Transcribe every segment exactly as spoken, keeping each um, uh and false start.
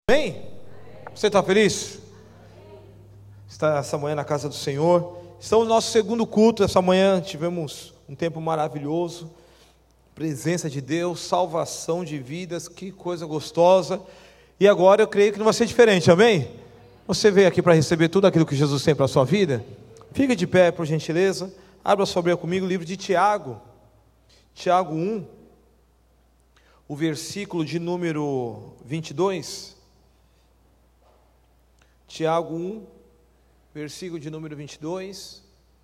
Amém? Você está feliz? Está essa manhã na casa do Senhor. Estamos no nosso segundo culto. Essa manhã tivemos um tempo maravilhoso. Presença de Deus, salvação de vidas, que coisa gostosa. E agora eu creio que não vai ser diferente, amém? Você veio aqui para receber tudo aquilo que Jesus tem para a sua vida? Fique de pé, por gentileza. Abra sua Bíblia comigo, o livro de Tiago. Tiago um, o versículo de número vinte e dois. Tiago um, versículo de número vinte e dois.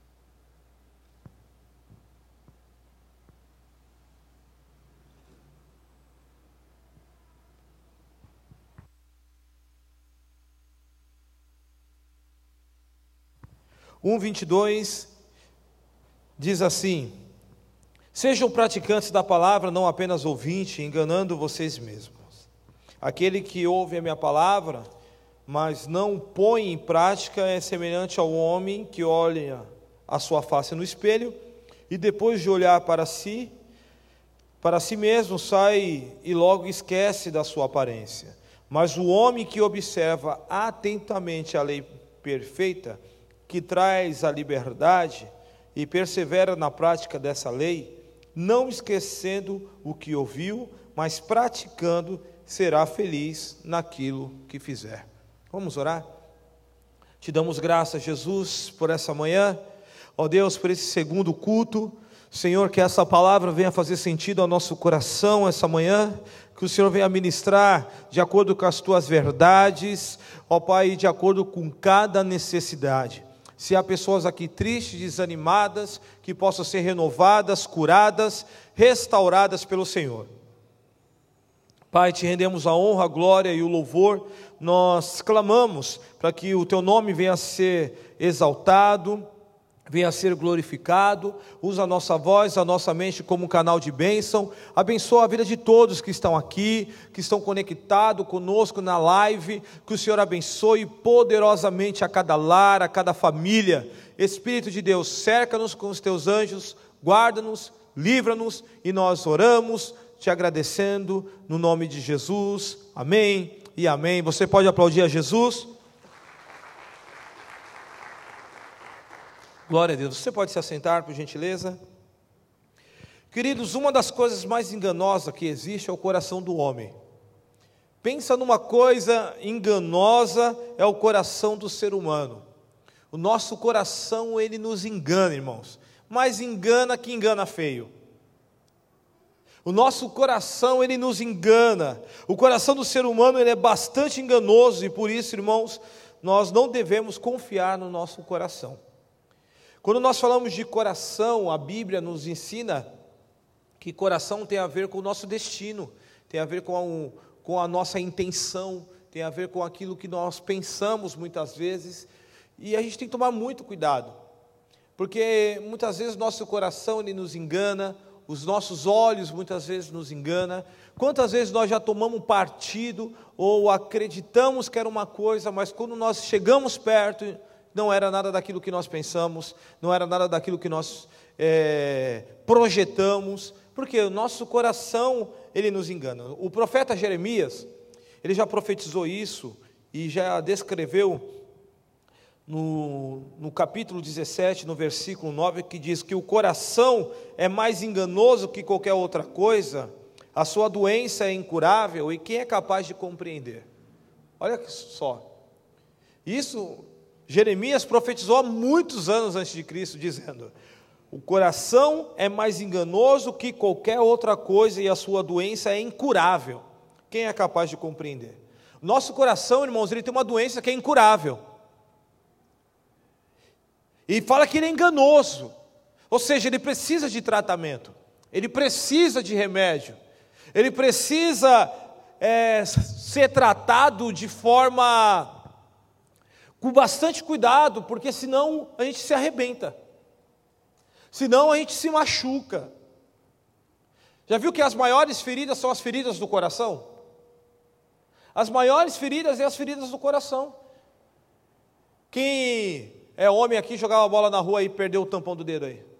um, vinte e dois, diz assim: sejam praticantes da palavra, não apenas ouvintes, enganando vocês mesmos. Aquele que ouve a minha palavra, mas não põe em prática, é semelhante ao homem que olha a sua face no espelho e depois de olhar para si, para si mesmo, sai e logo esquece da sua aparência. Mas o homem que observa atentamente a lei perfeita, que traz a liberdade, e persevera na prática dessa lei, não esquecendo o que ouviu, mas praticando, será feliz naquilo que fizer. Vamos orar? Te damos graças, Jesus, por essa manhã, ó Deus, por esse segundo culto. Senhor, que essa palavra venha fazer sentido ao nosso coração essa manhã, que o Senhor venha ministrar de acordo com as tuas verdades, ó Pai, de acordo com cada necessidade. Se há pessoas aqui tristes, desanimadas, que possam ser renovadas, curadas, restauradas pelo Senhor. Pai, te rendemos a honra, a glória e o louvor. Nós clamamos para que o teu nome venha a ser exaltado, venha a ser glorificado. Usa a nossa voz, a nossa mente como um canal de bênção. Abençoa a vida de todos que estão aqui, que estão conectados conosco na live. Que o Senhor abençoe poderosamente a cada lar, a cada família. Espírito de Deus, cerca-nos com os teus anjos, guarda-nos, livra-nos, e nós oramos te agradecendo no nome de Jesus. Amém e amém. Você pode aplaudir a Jesus? Glória a Deus. Você pode se assentar, por gentileza? Queridos, uma das coisas mais enganosas que existe é o coração do homem. Pensa numa coisa enganosa, é o coração do ser humano. O nosso coração, ele nos engana, irmãos. Mas engana que engana feio. O nosso coração, ele nos engana. O coração do ser humano, ele é bastante enganoso, e por isso, irmãos, nós não devemos confiar no nosso coração. Quando nós falamos de coração, a Bíblia nos ensina que coração tem a ver com o nosso destino, tem a ver com a, com a nossa intenção, tem a ver com aquilo que nós pensamos muitas vezes, e a gente tem que tomar muito cuidado, porque muitas vezes nosso coração, ele nos engana, os nossos olhos muitas vezes nos enganam. Quantas vezes nós já tomamos partido ou acreditamos que era uma coisa, mas quando nós chegamos perto, não era nada daquilo que nós pensamos, não era nada daquilo que nós é, projetamos, porque o nosso coração, ele nos engana. O profeta Jeremias, ele já profetizou isso e já descreveu no, no capítulo dezessete, no versículo nove, que diz que o coração é mais enganoso que qualquer outra coisa, a sua doença é incurável, e quem é capaz de compreender? Olha só, isso Jeremias profetizou há muitos anos antes de Cristo, dizendo: o coração é mais enganoso que qualquer outra coisa e a sua doença é incurável. Quem é capaz de compreender? Nosso coração, irmãos, ele tem uma doença que é incurável. E fala que ele é enganoso, ou seja, ele precisa de tratamento, ele precisa de remédio, ele precisa é, ser tratado de forma com bastante cuidado, porque senão a gente se arrebenta, senão a gente se machuca. Já viu que as maiores feridas são as feridas do coração? As maiores feridas são as feridas do coração. Quem é homem aqui, jogava a bola na rua e perdeu o tampão do dedo aí?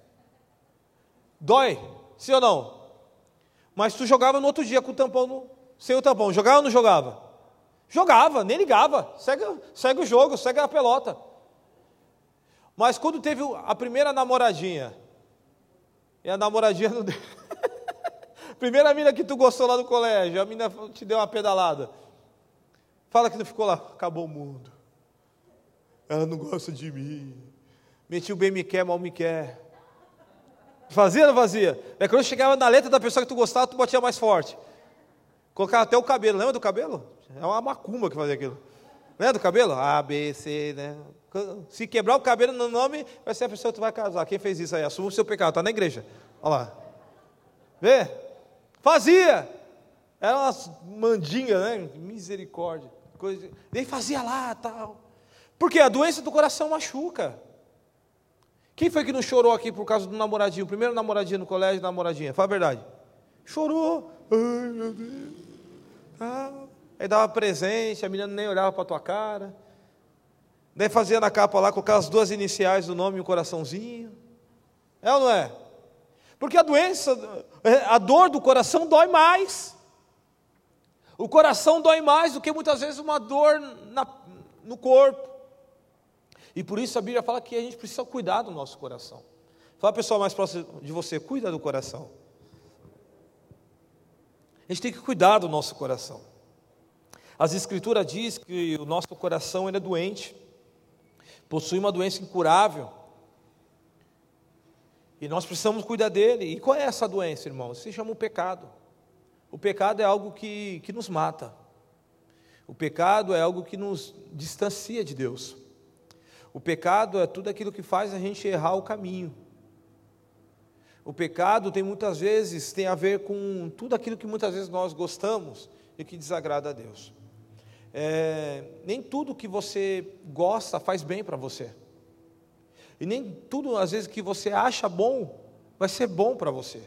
Dói, sim ou não? Mas tu jogava no outro dia com o tampão, no, sem o tampão, jogava ou não jogava? Jogava, nem ligava, segue, segue o jogo, segue a pelota. Mas quando teve a primeira namoradinha, e a namoradinha não deu. Primeira mina que tu gostou lá no colégio, a mina te deu uma pedalada. Fala que não ficou lá, acabou o mundo. Ela não gosta de mim. Meti o bem me quer, mal me quer. Fazia ou não fazia? É quando chegava na letra da pessoa que tu gostava, tu batia mais forte. Colocava até o cabelo, lembra do cabelo? É uma macumba que fazia aquilo. Lembra do cabelo? A, B, C, né? Se quebrar o cabelo no nome, vai ser a pessoa que tu vai casar. Quem fez isso aí? Assuma o seu pecado, está na igreja. Olha lá. Vê? Fazia. Era umas mandingas, né? Misericórdia. Coisa... Nem fazia lá, tal. Porque a doença do coração machuca. Quem foi que não chorou aqui por causa do namoradinho? O primeiro namoradinho no colégio, namoradinha. Fala a verdade. Chorou. Ai, meu Deus. Ah. Aí dava presente, a menina nem olhava para a tua cara. Daí fazia na capa lá, colocava as duas iniciais do nome e um coraçãozinho. É ou não é? Porque a doença, a dor do coração dói mais. O coração dói mais do que muitas vezes uma dor na, no corpo. E por isso a Bíblia fala que a gente precisa cuidar do nosso coração. Fala a pessoa mais próxima de você, cuida do coração. A gente tem que cuidar do nosso coração. As Escrituras dizem que o nosso coração ele é doente, possui uma doença incurável, e nós precisamos cuidar dele. E qual é essa doença, irmãos? Se chama o pecado. O pecado é algo que, que nos mata. O pecado é algo que nos distancia de Deus. O pecado é tudo aquilo que faz a gente errar o caminho. O pecado tem muitas vezes, tem a ver com tudo aquilo que muitas vezes nós gostamos e que desagrada a Deus. É, nem tudo que você gosta faz bem para você. E nem tudo, às vezes, que você acha bom, vai ser bom para você.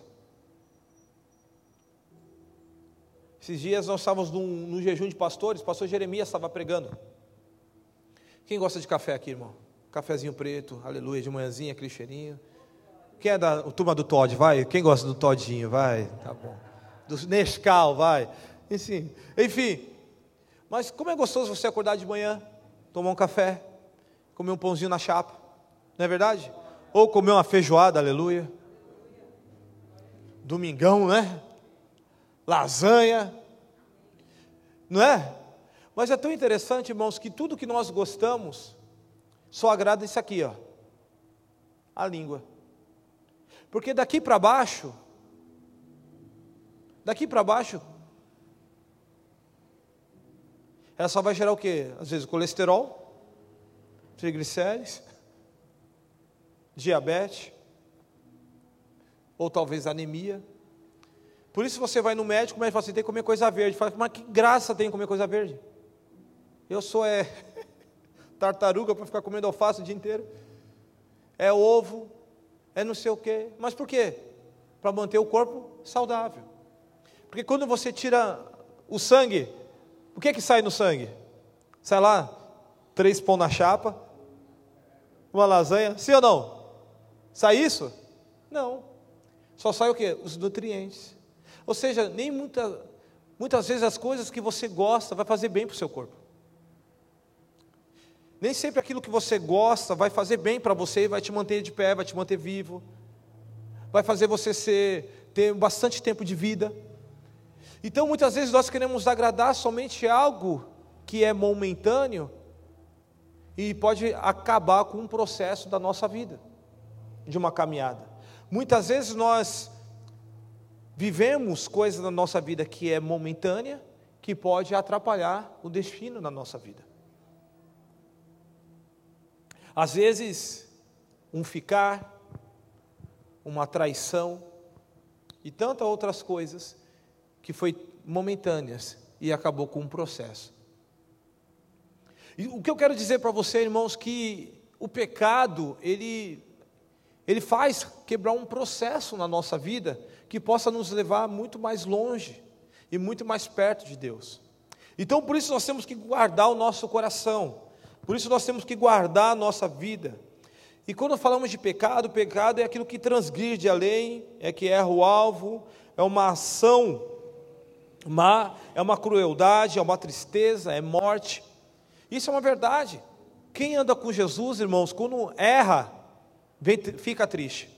Esses dias nós estávamos num, num jejum de pastores, o pastor Jeremias estava pregando. Quem gosta de café aqui, irmão? Cafezinho preto, aleluia, de manhãzinha, aquele cheirinho. Quem é da turma do Todd, vai? Quem gosta do Toddinho, vai? Tá bom. Do Nescau, vai? Enfim, enfim. Mas como é gostoso você acordar de manhã, tomar um café, comer um pãozinho na chapa, não é verdade? Ou comer uma feijoada, aleluia. Domingão, né? Lasanha, não é? Mas é tão interessante, irmãos, que tudo que nós gostamos só agrada isso aqui, ó, a língua. Porque daqui para baixo, daqui para baixo, ela só vai gerar o quê? Às vezes colesterol, triglicérides, diabetes, ou talvez anemia. Por isso você vai no médico, o médico fala assim, tem que comer coisa verde. Fala, mas que graça tem comer coisa verde? Eu sou é, tartaruga para ficar comendo alface o dia inteiro. É ovo, é não sei o quê. Mas por quê? Para manter o corpo saudável. Porque quando você tira o sangue, o que é que sai no sangue? Sai lá, três pão na chapa, uma lasanha, sim ou não? Sai isso? Não. Só sai o quê? Os nutrientes. Ou seja, nem muita, muitas vezes as coisas que você gosta vai fazer bem para o seu corpo. Nem sempre aquilo que você gosta vai fazer bem para você, vai te manter de pé, vai te manter vivo, vai fazer você ser, ter bastante tempo de vida. Então muitas vezes nós queremos agradar somente algo que é momentâneo e pode acabar com um processo da nossa vida, de uma caminhada. Muitas vezes nós vivemos coisas na nossa vida que é momentânea, que pode atrapalhar o destino da nossa vida. Às vezes, um ficar, uma traição e tantas outras coisas que foi momentâneas e acabou com um processo. E o que eu quero dizer para você, irmãos, que o pecado, ele, ele faz quebrar um processo na nossa vida que possa nos levar muito mais longe e muito mais perto de Deus. Então, por isso nós temos que guardar o nosso coração, por isso nós temos que guardar a nossa vida. E quando falamos de pecado, o pecado é aquilo que transgride a lei, é que erra o alvo, é uma ação, má, é uma crueldade, é uma tristeza, é morte. Isso é uma verdade. Quem anda com Jesus, irmãos, quando erra, vem, fica triste.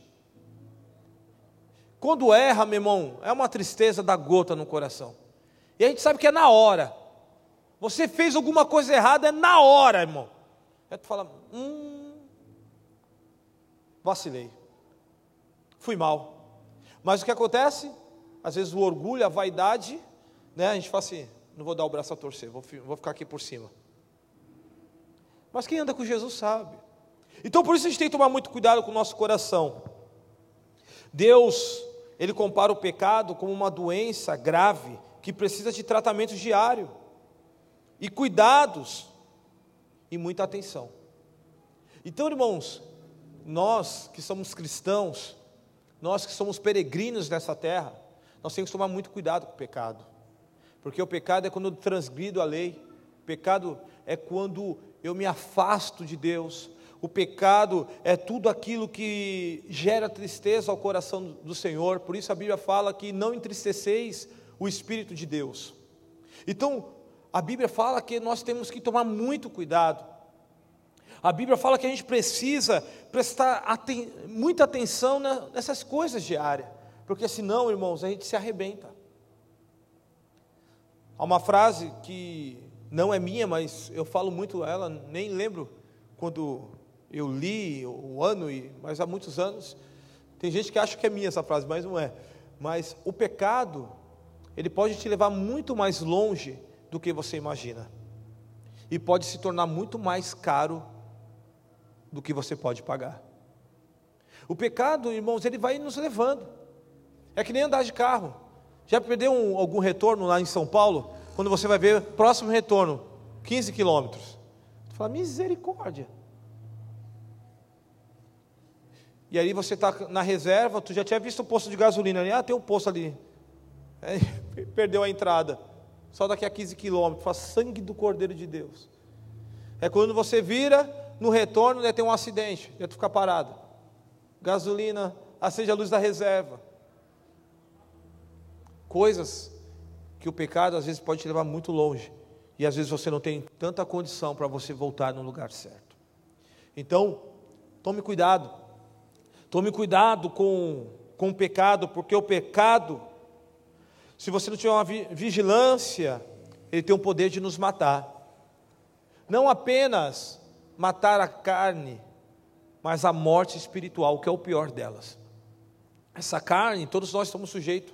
Quando erra, meu irmão, é uma tristeza da gota no coração. E a gente sabe que é na hora. Você fez alguma coisa errada, é na hora, irmão. Aí tu fala, hum, vacilei, fui mal. Mas o que acontece? Às vezes o orgulho, a vaidade, né, a gente fala assim, não vou dar o braço a torcer, vou, vou ficar aqui por cima. Mas quem anda com Jesus sabe. Então por isso a gente tem que tomar muito cuidado com o nosso coração. Deus, Ele compara o pecado como uma doença grave, que precisa de tratamento diário, e cuidados, e muita atenção. Então, irmãos, nós que somos cristãos, nós que somos peregrinos nessa terra, nós temos que tomar muito cuidado com o pecado, porque o pecado é quando eu transgrido a lei, o pecado é quando eu me afasto de Deus, o pecado é tudo aquilo que gera tristeza ao coração do Senhor. Por isso a Bíblia fala que não entristeceis o Espírito de Deus. Então, a Bíblia fala que nós temos que tomar muito cuidado. A Bíblia fala que a gente precisa prestar aten- muita atenção na, nessas coisas diárias, porque senão, irmãos, a gente se arrebenta. Há uma frase que não é minha, mas eu falo muito ela, nem lembro quando eu li o ano, mas há muitos anos. Tem gente que acha que é minha essa frase, mas não é. Mas o pecado, ele pode te levar muito mais longe do que você imagina, e pode se tornar muito mais caro do que você pode pagar. O pecado, irmãos, ele vai nos levando. É que nem andar de carro. Já perdeu um, algum retorno lá em São Paulo? Quando você vai ver, próximo retorno, quinze quilômetros. Tu fala, misericórdia. E aí você está na reserva, tu já tinha visto o posto de gasolina ali, ah, tem um posto ali. É, perdeu a entrada. Só daqui a quinze quilômetros, faz sangue do Cordeiro de Deus. É quando você vira, no retorno, né, tem um acidente, já tu fica parado. Gasolina, acende a luz da reserva. Coisas que o pecado às vezes pode te levar muito longe, e às vezes você não tem tanta condição para você voltar no lugar certo. Então, tome cuidado. Tome cuidado com, com o pecado, porque o pecado, se você não tiver uma vigilância, ele tem o poder de nos matar. Não apenas matar a carne, mas a morte espiritual, que é o pior delas. Essa carne, todos nós estamos sujeitos.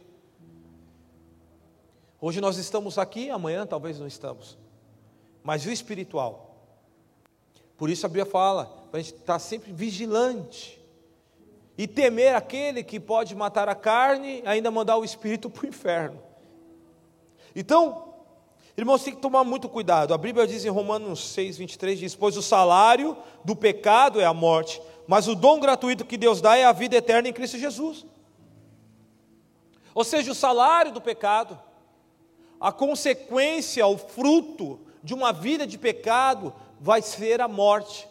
Hoje nós estamos aqui, amanhã talvez não estamos. Mas o espiritual. Por isso a Bíblia fala, para a gente estar sempre vigilante. E temer aquele que pode matar a carne e ainda mandar o espírito para o inferno. Então, irmãos, tem que tomar muito cuidado. A Bíblia diz em Romanos seis, vinte e três, diz, pois o salário do pecado é a morte, mas o dom gratuito que Deus dá é a vida eterna em Cristo Jesus. Ou seja, o salário do pecado, a consequência, o fruto de uma vida de pecado vai ser a morte.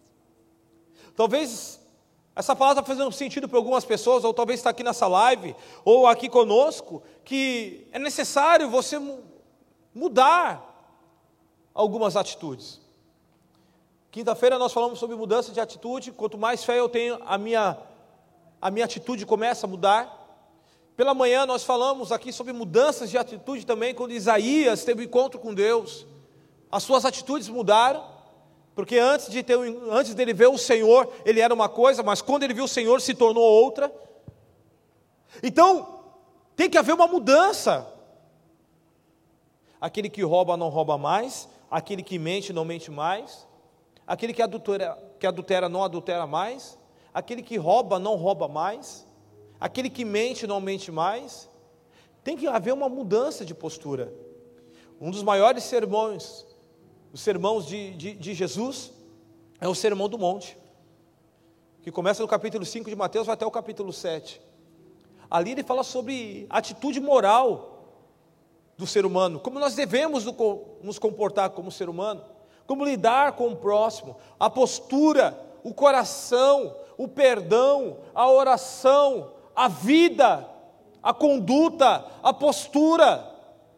Talvez essa palavra está fazendo sentido para algumas pessoas, ou talvez está aqui nessa live, ou aqui conosco, que é necessário você mudar algumas atitudes. Quinta-feira nós falamos sobre mudança de atitude. Quanto mais fé eu tenho, a minha, a minha atitude começa a mudar. Pela manhã nós falamos aqui sobre mudanças de atitude também, quando Isaías teve um encontro com Deus. As suas atitudes mudaram. Porque antes, de ter, antes dele ver o Senhor, ele era uma coisa, mas quando ele viu o Senhor, se tornou outra. Então, tem que haver uma mudança. Aquele que rouba não rouba mais, aquele que mente não mente mais, aquele que adultera, que adultera não adultera mais, aquele que rouba não rouba mais, aquele que mente não mente mais. Tem que haver uma mudança de postura. Um dos maiores sermões, os sermãos de, de, de Jesus, é o Sermão do Monte, que começa no capítulo cinco de Mateus, vai até o capítulo sete. Ali ele fala sobre atitude moral do ser humano, como nós devemos nos comportar como ser humano, como lidar com o próximo, a postura, o coração, o perdão, a oração, a vida, a conduta, a postura.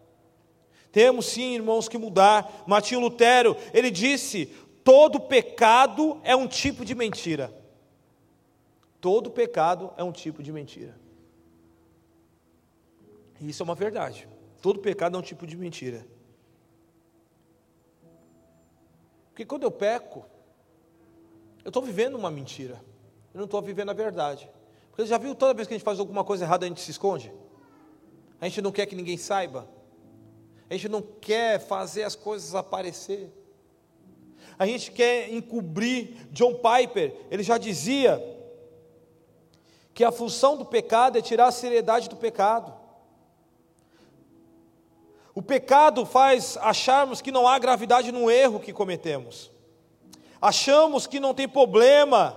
Temos sim, irmãos, que mudar. Martinho Lutero, ele disse: todo pecado é um tipo de mentira. Todo pecado é um tipo de mentira. E isso é uma verdade. Todo pecado é um tipo de mentira. Porque quando eu peco, eu estou vivendo uma mentira. Eu não estou vivendo a verdade. Porque já viu, toda vez que a gente faz alguma coisa errada, a gente se esconde? A gente não quer que ninguém saiba. A gente não quer fazer as coisas aparecer. A gente quer encobrir. John Piper, ele já dizia que a função do pecado é tirar a seriedade do pecado. O pecado faz acharmos que não há gravidade no erro que cometemos. Achamos que não tem problema.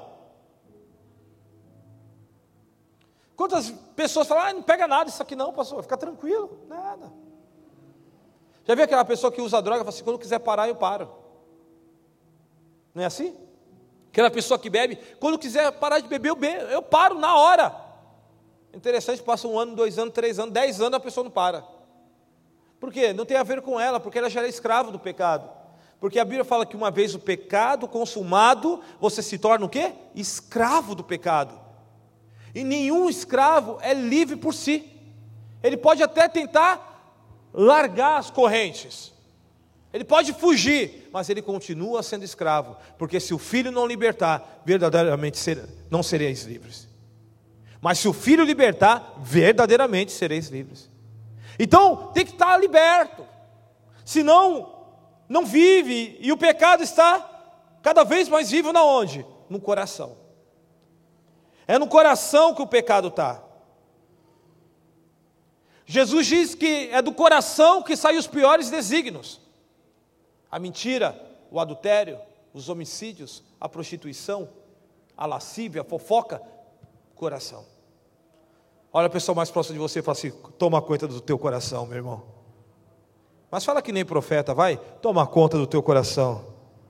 Quantas pessoas falam: ah, não pega nada isso aqui não, pastor, fica tranquilo, nada. Já viu aquela pessoa que usa droga e fala assim: quando quiser parar eu paro? Não é assim? Aquela pessoa que bebe, quando quiser parar de beber eu, bebo, eu paro na hora. Interessante, passa um ano, dois anos, três anos, dez anos, a pessoa não para. Por quê? Não tem a ver com ela, porque ela já era escrava do pecado. Porque a Bíblia fala que uma vez o pecado consumado, você se torna o quê? Escravo do pecado. E nenhum escravo é livre por si. Ele pode até tentar largar as correntes. Ele pode fugir, mas ele continua sendo escravo. Porque se o Filho não libertar, verdadeiramente ser, não sereis livres. Mas se o Filho libertar, verdadeiramente sereis livres. Então, tem que estar liberto. Senão, não vive. E o pecado está cada vez mais vivo na onde? No coração. É no coração que o pecado está. Jesus diz que é do coração que saem os piores desígnios. A mentira, o adultério, os homicídios, a prostituição, a lascívia, a fofoca, coração. Olha a pessoa mais próxima de você e fala assim: toma conta do teu coração, meu irmão. Mas fala que nem profeta, vai, toma conta do teu coração.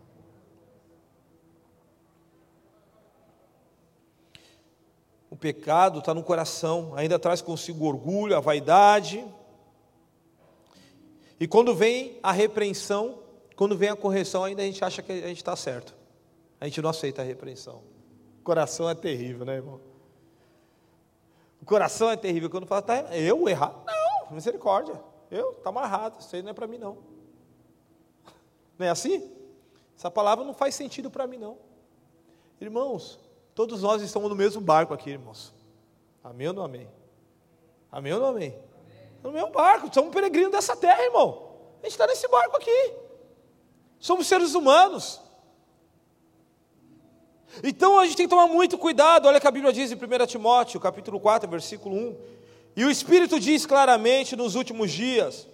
O pecado está no coração, ainda traz consigo o orgulho, a vaidade. E quando vem a repreensão, quando vem a correção, ainda a gente acha que a gente está certo. A gente não aceita a repreensão. O coração é terrível, né, irmão? O coração é terrível. Quando fala: tá, eu errar? Não, misericórdia. Eu, está amarrado, isso aí não é para mim não. Não é assim? Essa palavra não faz sentido para mim não. Irmãos, todos nós estamos no mesmo barco aqui, irmãos. Amém ou não amém? Amém ou não amém? No mesmo barco, somos peregrinos dessa terra, irmão. A gente está nesse barco aqui. Somos seres humanos. Então a gente tem que tomar muito cuidado. Olha o que a Bíblia diz em primeiro Timóteo, capítulo quatro, versículo um. E o Espírito diz claramente: nos últimos dias,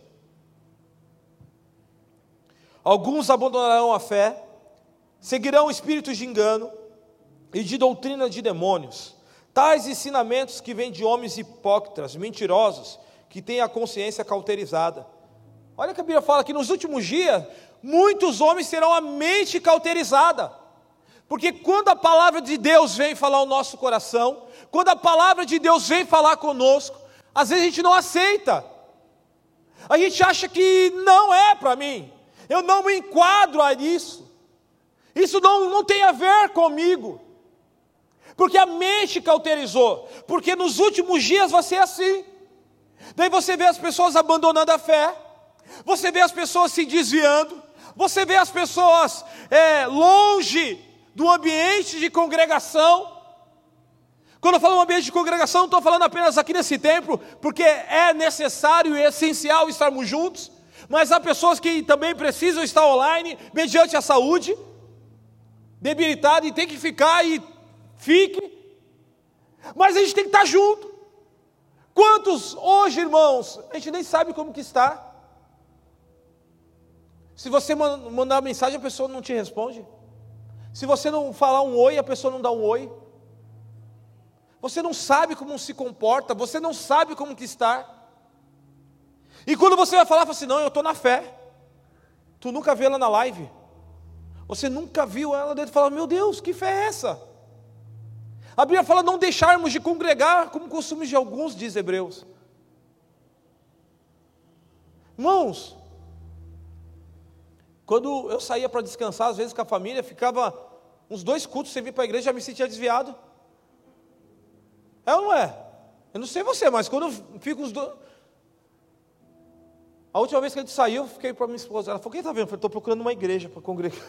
alguns abandonarão a fé, seguirão espíritos de engano e de doutrina de demônios, tais ensinamentos que vêm de homens hipócritas, mentirosos, que têm a consciência cauterizada. Olha que a Bíblia fala que nos últimos dias, muitos homens terão a mente cauterizada. Porque quando a palavra de Deus vem falar ao nosso coração, quando a palavra de Deus vem falar conosco, às vezes a gente não aceita. A gente acha que não é para mim. Eu não me enquadro a isso. Isso não, não tem a ver comigo. Porque a mente cauterizou. Porque nos últimos dias vai ser assim. Daí você vê as pessoas abandonando a fé. Você vê as pessoas se desviando. Você vê as pessoas é, longe do ambiente de congregação. Quando eu falo um ambiente de congregação, não estou falando apenas aqui nesse templo, porque é necessário e essencial estarmos juntos, mas há pessoas que também precisam estar online, mediante a saúde, debilitada, e tem que ficar, e fique, mas a gente tem que estar junto. Quantos hoje, irmãos, a gente nem sabe como que está. Se você mandar uma mensagem, a pessoa não te responde. Se você não falar um oi, a pessoa não dá um oi. Você não sabe como se comporta, você não sabe como que está. E quando você vai falar, fala assim: não, eu estou na fé. Tu nunca viu ela na live. Você nunca viu ela dentro e fala: meu Deus, que fé é essa? A Bíblia fala: não deixarmos de congregar como costume de alguns, diz Hebreus. Irmãos, Quando eu saía para descansar, às vezes com a família, ficava uns dois cultos sem vir para a igreja, já me sentia desviado. É ou não é? Eu não sei você, mas quando eu fico uns dois... A última vez que a gente saiu, eu fiquei para minha esposa. Ela falou, quem está vendo? Eu falei, estou procurando uma igreja para congregar.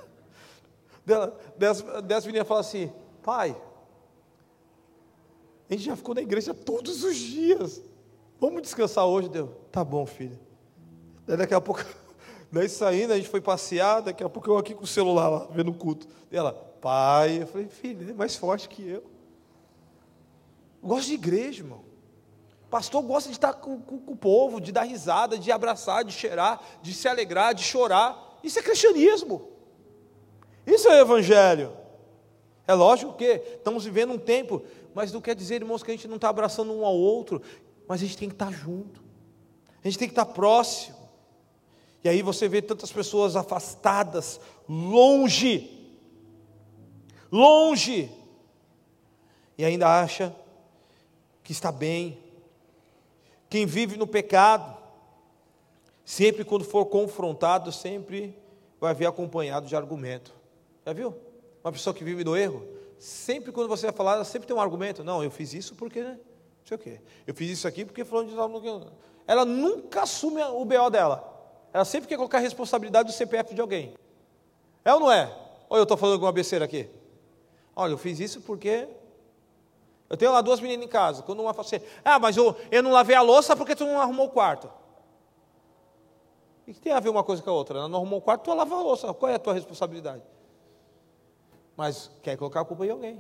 Dez, dez meninas falaram assim, pai, a gente já ficou na igreja todos os dias. Vamos descansar hoje? Deu, tá bom, filha. Daí daqui a pouco, daí saindo, a gente foi passear, daqui a pouco eu aqui com o celular lá, vendo o culto. E ela, pai, eu falei, filha, é mais forte que eu. Eu gosto de igreja, irmão. Pastor gosta de estar com, com, com o povo, de dar risada, de abraçar, de cheirar, de se alegrar, de chorar. Isso é cristianismo. Isso é evangelho. É lógico que estamos vivendo um tempo, mas não quer dizer, irmãos, que a gente não está abraçando um ao outro, mas a gente tem que estar junto. A gente tem que estar próximo. E aí você vê tantas pessoas afastadas, longe, longe, e ainda acha que está bem. Quem vive no pecado, sempre quando for confrontado, sempre vai vir acompanhado de argumento. Já viu? Uma pessoa que vive no erro, sempre quando você vai falar, ela sempre tem um argumento. Não, eu fiz isso porque, né? Não sei o quê. Eu fiz isso aqui porque falando de... Ela nunca assume o B O dela. Ela sempre quer colocar a responsabilidade do C P F de alguém. É ou não é? Ou eu estou falando alguma besteira aqui? Olha, eu fiz isso porque... Eu tenho lá duas meninas em casa. Quando uma fala assim, ah, mas eu, eu não lavei a louça porque tu não arrumou o quarto. O que tem a ver uma coisa com a outra? Ela não arrumou o quarto, tu lava a louça. Qual é a tua responsabilidade? Mas quer colocar a culpa em alguém.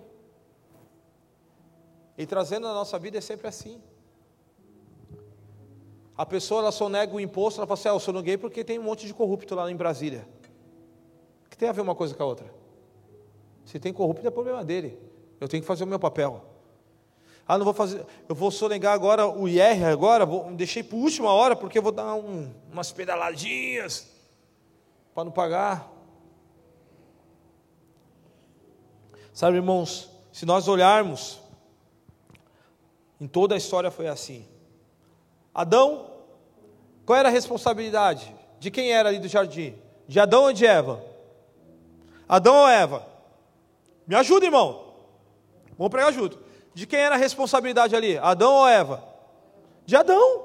E trazendo na nossa vida é sempre assim. A pessoa ela só nega o imposto, ela fala assim, ah, eu sou gay porque tem um monte de corrupto lá em Brasília. O que tem a ver uma coisa com a outra? Se tem corrupto é problema dele. Eu tenho que fazer o meu papel. Ah, não vou fazer, eu vou sonegar agora o I R agora, vou, deixei para a última hora, porque eu vou dar um, umas pedaladinhas para não pagar. Sabe, irmãos, se nós olharmos, em toda a história foi assim. Adão, qual era a responsabilidade? De quem era ali do jardim? De Adão ou de Eva? Adão ou Eva? Me ajuda, irmão. Vamos pregar junto. De quem era a responsabilidade ali? Adão ou Eva? De Adão.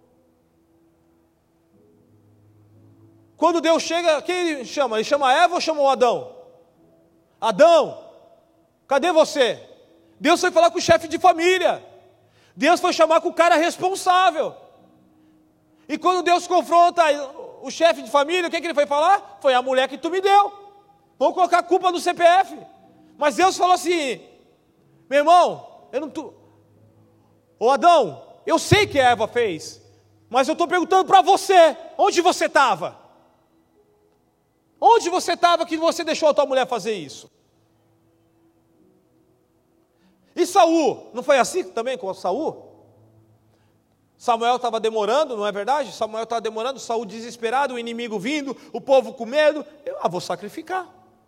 Quando Deus chega, quem ele chama? Ele chama Eva ou chama o Adão? Adão, cadê você? Deus foi falar com o chefe de família. Deus foi chamar com o cara responsável. E quando Deus confronta o chefe de família, o que, que ele foi falar? Foi a mulher que tu me deu. Vamos colocar a culpa no C P F. Mas Deus falou assim, meu irmão, eu não tô... Ô Adão, eu sei que a Eva fez, mas eu estou perguntando para você, onde você estava? Onde você estava que você deixou a tua mulher fazer isso? E Saul, não foi assim também com Saul? Samuel estava demorando, não é verdade? Samuel estava demorando, Saul desesperado, o inimigo vindo, o povo com medo, eu ah, vou sacrificar.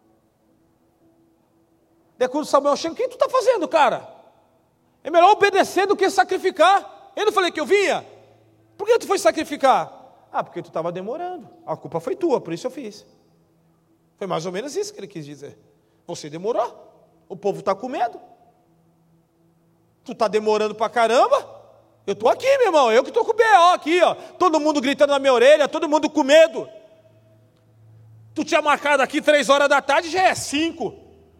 Daí quando Samuel chega, o que tu está fazendo, cara? É melhor obedecer do que sacrificar. Eu não falei que eu vinha? Por que tu foi sacrificar? Ah, porque tu estava demorando. A culpa foi tua, por isso eu fiz. Foi mais ou menos isso que ele quis dizer. Você demorou. O povo está com medo. Tu está demorando para caramba. Eu estou aqui, meu irmão. Eu que estou com o B O aqui, ó. Todo mundo gritando na minha orelha, todo mundo com medo. Tu tinha marcado aqui três horas da tarde, já é cinco.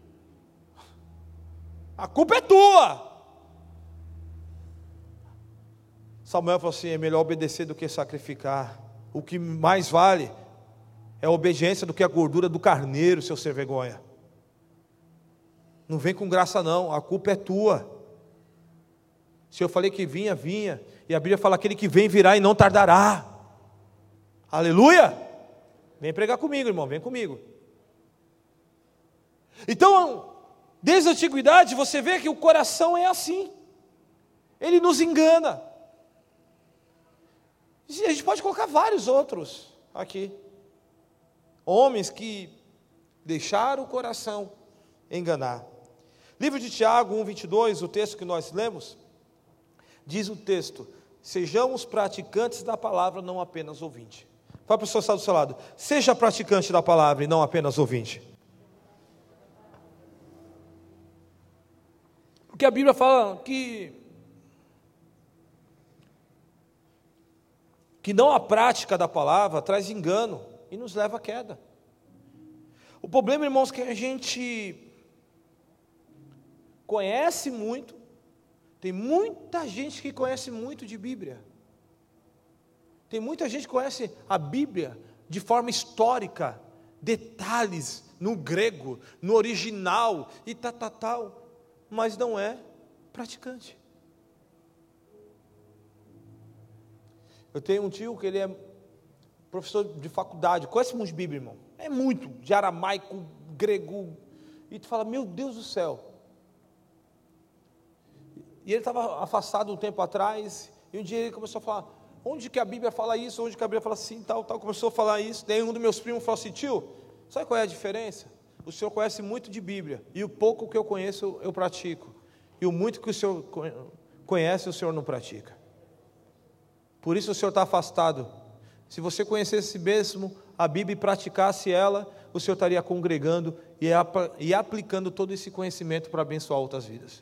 A culpa é tua. Samuel falou assim, é melhor obedecer do que sacrificar. O que mais vale é a obediência do que a gordura do carneiro, seu ser vergonha. Não vem com graça não, a culpa é tua. Se eu falei que vinha, vinha. E a Bíblia fala, aquele que vem virá e não tardará. Aleluia! Vem pregar comigo, irmão, vem comigo. Então, desde a antiguidade, você vê que o coração é assim. Ele nos engana. E a gente pode colocar vários outros aqui. Homens que deixaram o coração enganar. Livro de Tiago um, vinte e dois, o texto que nós lemos, diz o texto, sejamos praticantes da palavra, não apenas ouvintes. Fala para o pessoa que está do seu lado. Seja praticante da palavra e não apenas ouvinte. Porque a Bíblia fala que que não a prática da palavra traz engano e nos leva à queda. O problema, irmãos, é que a gente conhece muito, tem muita gente que conhece muito de Bíblia. Tem muita gente que conhece a Bíblia de forma histórica, detalhes no grego, no original e tal, tal, tal, mas não é praticante. Eu tenho um tio que ele é professor de faculdade, conhece muito de Bíblia, irmão. É muito, de aramaico, grego, e tu fala, meu Deus do céu. E ele estava afastado um tempo atrás, e um dia ele começou a falar, onde que a Bíblia fala isso, onde que a Bíblia fala assim, tal, tal, começou a falar isso. Daí um dos meus primos falou assim, tio, sabe qual é a diferença? O senhor conhece muito de Bíblia, e o pouco que eu conheço eu pratico, e o muito que o senhor conhece o senhor não pratica. Por isso o senhor está afastado. Se você conhecesse mesmo a Bíblia e praticasse ela, o senhor estaria congregando e, ap- e aplicando todo esse conhecimento para abençoar outras vidas.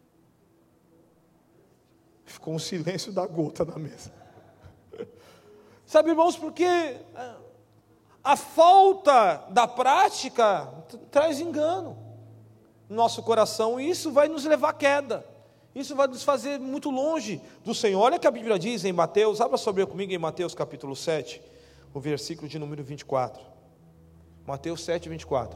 Ficou um silêncio da gota na mesa. Sabe, irmãos, porque a falta da prática traz engano no nosso coração, e isso vai nos levar à queda. Isso vai nos fazer muito longe do Senhor. Olha o que a Bíblia diz em Mateus, abra sobre comigo em Mateus capítulo sete, o versículo de número vinte e quatro. Mateus sete, vinte e quatro.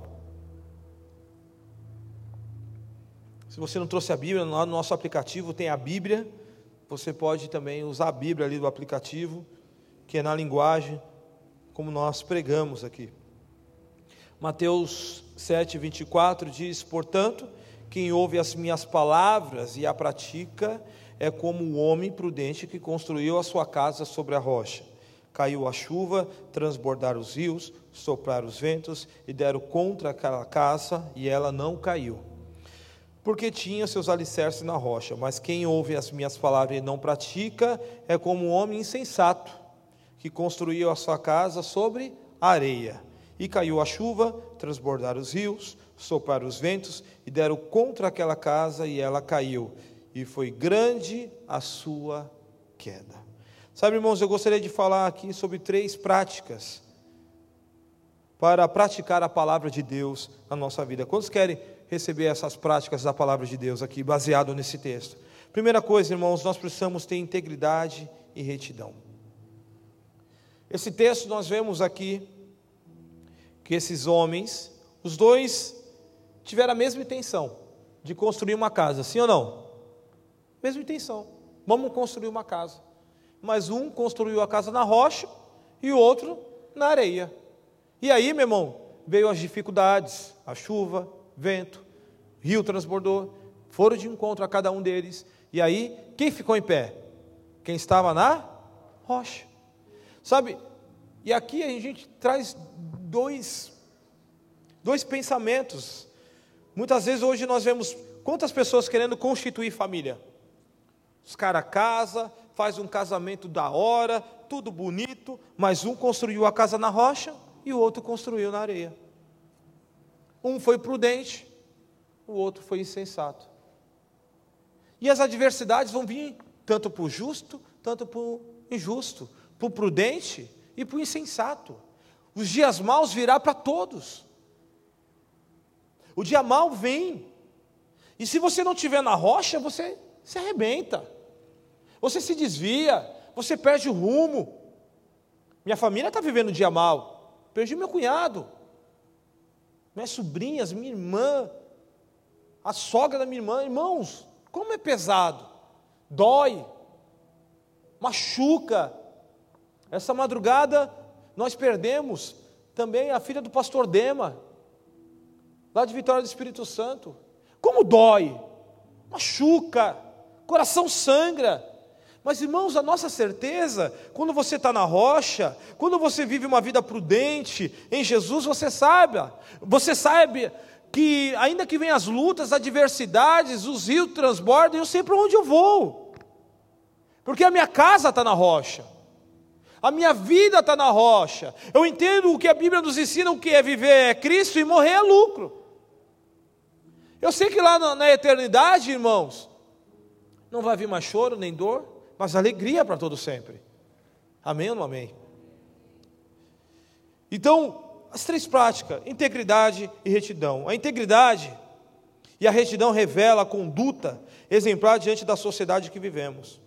Se você não trouxe a Bíblia, lá no nosso aplicativo tem a Bíblia. Você pode também usar a Bíblia ali do aplicativo, que é na linguagem como nós pregamos aqui. Mateus sete, vinte e quatro diz, portanto, quem ouve as minhas palavras e a pratica é como o homem prudente que construiu a sua casa sobre a rocha. Caiu a chuva, transbordaram os rios, sopraram os ventos e deram contra aquela casa e ela não caiu, porque tinha seus alicerces na rocha. Mas quem ouve as minhas palavras e não pratica é como um homem insensato que construiu a sua casa sobre a areia. E caiu a chuva, transbordaram os rios, sopraram os ventos e deram contra aquela casa e ela caiu, e foi grande a sua queda. Sabe, irmãos, eu gostaria de falar aqui sobre três práticas para praticar a palavra de Deus na nossa vida. Quantos querem receber essas práticas da palavra de Deus aqui, baseado nesse texto? Primeira coisa, irmãos, nós precisamos ter integridade e retidão. Esse texto nós vemos aqui que esses homens, os dois tiveram a mesma intenção de construir uma casa, sim ou não? Mesma intenção, vamos construir uma casa. Mas um construiu a casa na rocha e o outro na areia. E aí, meu irmão, veio as dificuldades, a chuva, vento, rio transbordou, foram de encontro a cada um deles. E aí, quem ficou em pé? Quem estava na rocha. Sabe, e aqui a gente traz dois, dois pensamentos. Muitas vezes hoje nós vemos quantas pessoas querendo constituir família. Os caras casam, faz um casamento da hora, tudo bonito, mas um construiu a casa na rocha e o outro construiu na areia. Um foi prudente, o outro foi insensato. E as adversidades vão vir tanto para o justo, tanto para o injusto, para o prudente e para o insensato. Os dias maus virá para todos. O dia mau vem. E se você não estiver na rocha, você se arrebenta. Você se desvia, você perde o rumo. Minha família está vivendo um dia mau. Perdi meu cunhado, minhas sobrinhas, minha irmã, a sogra da minha irmã. Irmãos, como é pesado, dói, machuca. Essa madrugada nós perdemos também a filha do pastor Dema, lá de Vitória do Espírito Santo. Como dói, machuca, coração sangra. Mas, irmãos, a nossa certeza, quando você está na rocha, quando você vive uma vida prudente em Jesus, você sabe, você sabe que ainda que venham as lutas, as adversidades, os rios transbordam, eu sei para onde eu vou, porque a minha casa está na rocha. A minha vida está na rocha. Eu entendo o que a Bíblia nos ensina, o que é viver é Cristo e morrer é lucro. Eu sei que lá na, na eternidade, irmãos, não vai vir mais choro nem dor, mas alegria para todo sempre. Amém ou não amém? Então, as três práticas, integridade e retidão. A integridade e a retidão revela a conduta exemplar diante da sociedade que vivemos.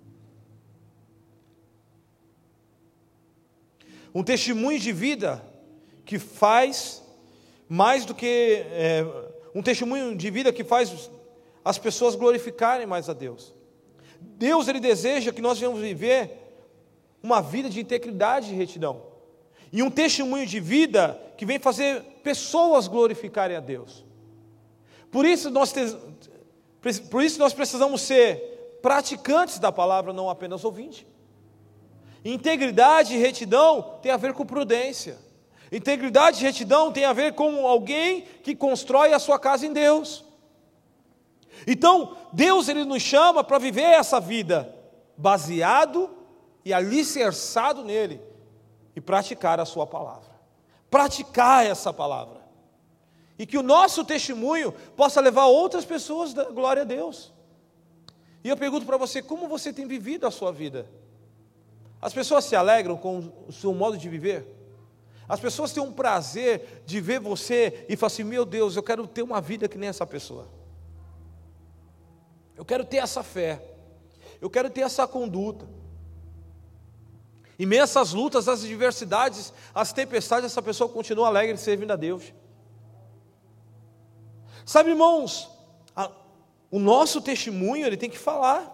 Um testemunho de vida que faz mais do que... É, um testemunho de vida que faz as pessoas glorificarem mais a Deus. Deus, Ele deseja que nós venhamos viver uma vida de integridade e retidão. E um testemunho de vida que vem fazer pessoas glorificarem a Deus. Por isso nós, te, por isso nós precisamos ser praticantes da palavra, não apenas ouvintes. Integridade e retidão tem a ver com prudência. Integridade e retidão tem a ver com alguém que constrói a sua casa em Deus. Então, Deus, Ele nos chama para viver essa vida baseado e alicerçado nele e praticar a sua palavra. Praticar essa palavra. E que o nosso testemunho possa levar outras pessoas da glória a Deus. E eu pergunto para você, como você tem vivido a sua vida? As pessoas se alegram com o seu modo de viver? As pessoas têm um prazer de ver você e falar assim, meu Deus, eu quero ter uma vida que nem essa pessoa. Eu quero ter essa fé. Eu quero ter essa conduta. Em meio a essas lutas, as adversidades, as tempestades, essa pessoa continua alegre servindo a Deus. Sabe, irmãos, a, o nosso testemunho, ele tem que falar.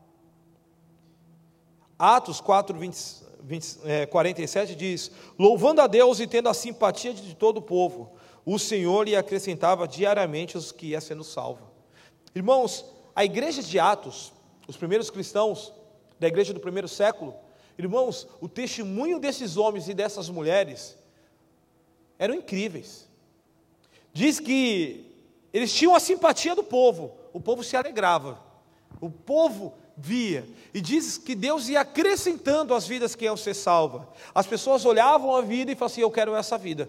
Atos quatro, vinte, vinte, é, quarenta e sete diz, louvando a Deus e tendo a simpatia de todo o povo, o Senhor lhe acrescentava diariamente os que ia sendo salvo. Irmãos, a igreja de Atos, os primeiros cristãos da igreja do primeiro século, irmãos, o testemunho desses homens e dessas mulheres eram incríveis. Diz que eles tinham a simpatia do povo, o povo se alegrava, o povo via, e diz que Deus ia acrescentando as vidas que iam ser salvas. As pessoas olhavam a vida e falavam assim, eu quero essa vida.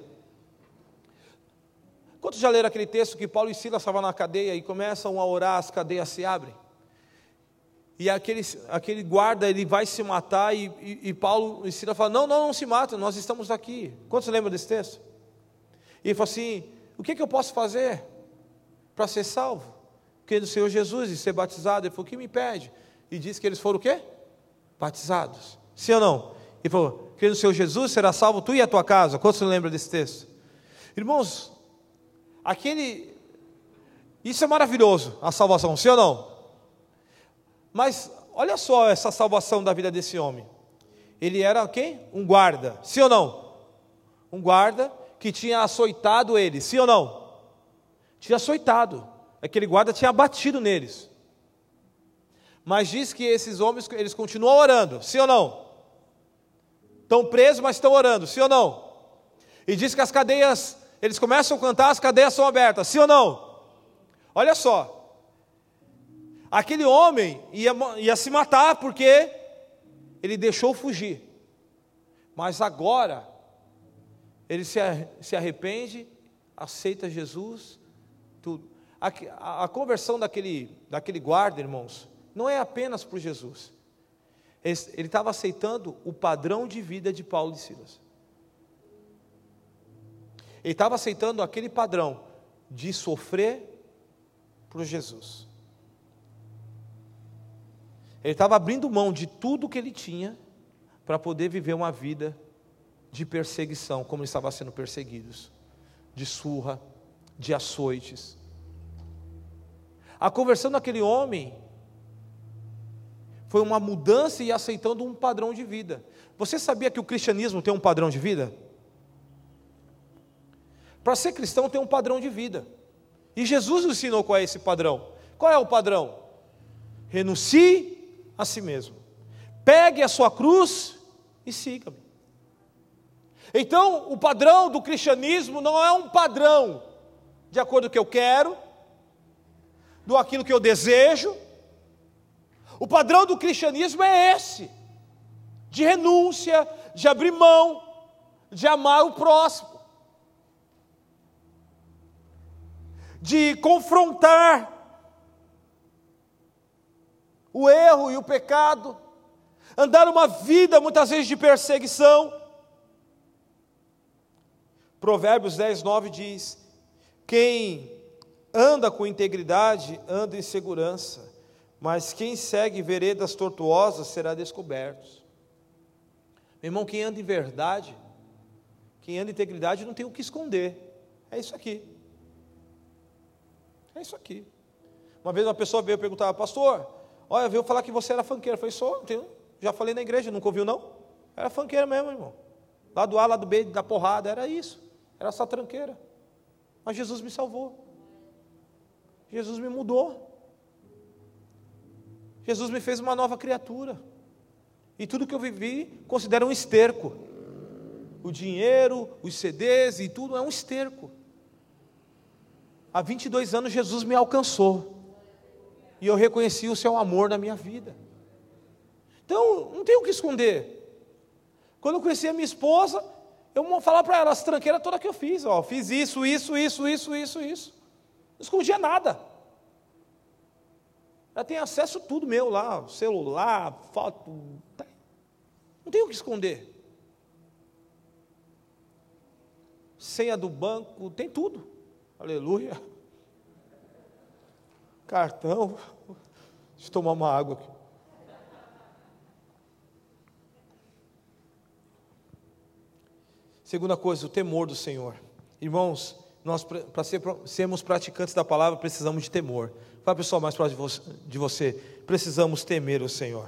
Quantos já leram aquele texto que Paulo e Silas estavam na cadeia e começam a orar, as cadeias se abrem? E aquele, aquele guarda, ele vai se matar e, e, e Paulo e Silas falam, não, não, não se mata, nós estamos aqui. Quantos lembram desse texto? E ele fala assim, o que, que eu posso fazer para ser salvo? Crer no Senhor Jesus e ser batizado. Ele falou, o que me impede? E disse que eles foram o quê? Batizados. Sim ou não? Ele falou, crer no Senhor Jesus, será salvo tu e a tua casa. Quantos lembram desse texto? Irmãos, aquele, isso é maravilhoso, a salvação, sim ou não? Mas olha só essa salvação da vida desse homem. Ele era quem? Um guarda, sim ou não? Um guarda que tinha açoitado ele, sim ou não? Tinha açoitado, aquele guarda tinha batido neles. Mas diz que esses homens, eles continuam orando, sim ou não? Estão presos, mas estão orando, sim ou não? E diz que as cadeias, eles começam a cantar, as cadeias são abertas, sim ou não? Olha só. Aquele homem ia, ia se matar porque ele deixou fugir. Mas agora, ele se, se arrepende, aceita Jesus, tudo. A, a, a conversão daquele, daquele guarda, irmãos, não é apenas por Jesus. Ele estava aceitando o padrão de vida de Paulo e Silas. Ele estava aceitando aquele padrão de sofrer por Jesus. Ele estava abrindo mão de tudo que ele tinha para poder viver uma vida de perseguição, como eles estavam sendo perseguidos, de surra, de açoites. A conversão daquele homem foi uma mudança e aceitando um padrão de vida. Você sabia que o cristianismo tem um padrão de vida? Para ser cristão tem um padrão de vida. E Jesus nos ensinou qual é esse padrão. Qual é o padrão? Renuncie a si mesmo. Pegue a sua cruz e siga-me. Então, o padrão do cristianismo não é um padrão de acordo com o que eu quero, do aquilo que eu desejo. O padrão do cristianismo é esse, de renúncia, de abrir mão, de amar o próximo, de confrontar o erro e o pecado, andar uma vida muitas vezes de perseguição. Provérbios dez, nove diz: quem anda com integridade anda em segurança, mas quem segue veredas tortuosas será descoberto. Meu irmão, quem anda em verdade, quem anda em integridade não tem o que esconder. É isso aqui. É isso aqui. Uma vez uma pessoa veio perguntar: pastor, olha, veio falar que você era funkeiro. Eu falei: sou, não tenho, já falei na igreja, nunca ouviu não? Era funkeiro mesmo, irmão. Lado A, lado B, da porrada, era isso. Era essa tranqueira. Mas Jesus me salvou. Jesus me mudou. Jesus me fez uma nova criatura. E tudo que eu vivi, considero um esterco. O dinheiro, os C Ds e tudo é um esterco. Há vinte e dois anos Jesus me alcançou. E eu reconheci o seu amor na minha vida. Então, não tenho o que esconder. Quando eu conheci a minha esposa, eu vou falar para ela as tranqueiras todas que eu fiz. Ó, fiz isso, isso, isso, isso, isso, isso. Não escondia nada. Ela tem acesso a tudo meu lá, celular, foto. Não tenho o que esconder. Senha do banco, tem tudo. Aleluia. Cartão. Deixa eu tomar uma água aqui. Segunda coisa, o temor do Senhor. Irmãos, nós para ser, sermos praticantes da palavra precisamos de temor. Fala, pessoal mais próximo de você, precisamos temer o Senhor.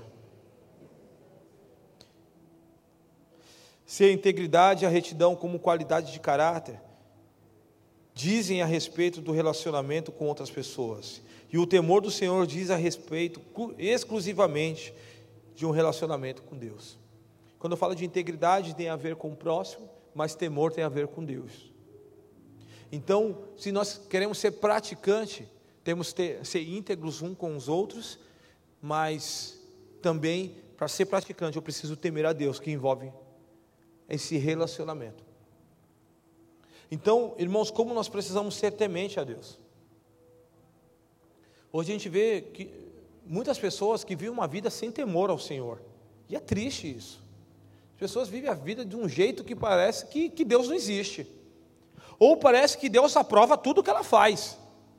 Se a integridade e a retidão como qualidade de caráter dizem a respeito do relacionamento com outras pessoas, e o temor do Senhor diz a respeito exclusivamente de um relacionamento com Deus. Quando eu falo de integridade, tem a ver com o próximo, mas temor tem a ver com Deus. Então, se nós queremos ser praticantes, temos que ter, ser íntegros uns com os outros, mas também, para ser praticante, eu preciso temer a Deus, que envolve esse relacionamento. Então, irmãos, como nós precisamos ser temente a Deus? Hoje a gente vê que muitas pessoas que vivem uma vida sem temor ao Senhor, e é triste isso. As pessoas vivem a vida de um jeito que parece que, que Deus não existe, ou parece que Deus aprova tudo que ela faz.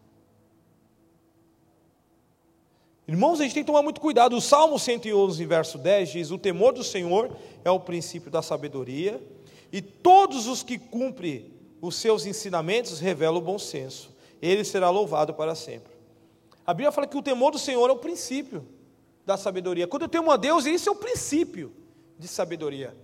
Irmãos, a gente tem que tomar muito cuidado. O Salmo cento e onze, verso dez diz: o temor do Senhor é o princípio da sabedoria, e todos os que cumprem os seus ensinamentos revelam o bom senso. Ele será louvado para sempre. A Bíblia fala que o temor do Senhor é o princípio da sabedoria. Quando eu temo a Deus, isso é o princípio de sabedoria.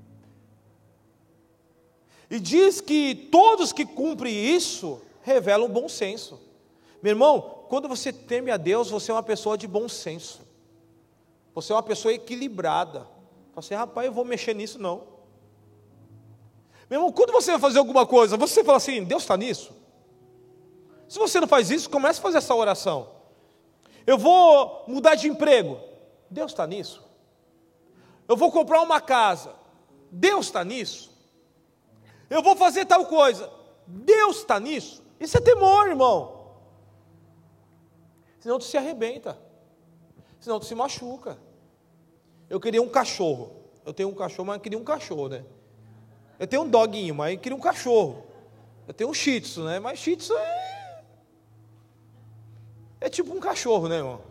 E diz que todos que cumprem isso revelam o bom senso. Meu irmão, quando você teme a Deus, você é uma pessoa de bom senso. Você é uma pessoa equilibrada. Você, rapaz, eu vou mexer nisso não. Meu irmão, quando você vai fazer alguma coisa, você fala assim: Deus está nisso? Se você não faz isso, comece a fazer essa oração. Eu vou mudar de emprego. Deus está nisso? Eu vou comprar uma casa. Deus está nisso? Eu vou fazer tal coisa. Deus está nisso? Isso é temor, irmão. Senão tu se arrebenta. Senão tu se machuca. Eu queria um cachorro. Eu tenho um cachorro, mas eu queria um cachorro, né? Eu tenho um doguinho, mas eu queria um cachorro. Eu tenho um shih tzu, né? Mas shih tzu é... É tipo um cachorro, né, irmão?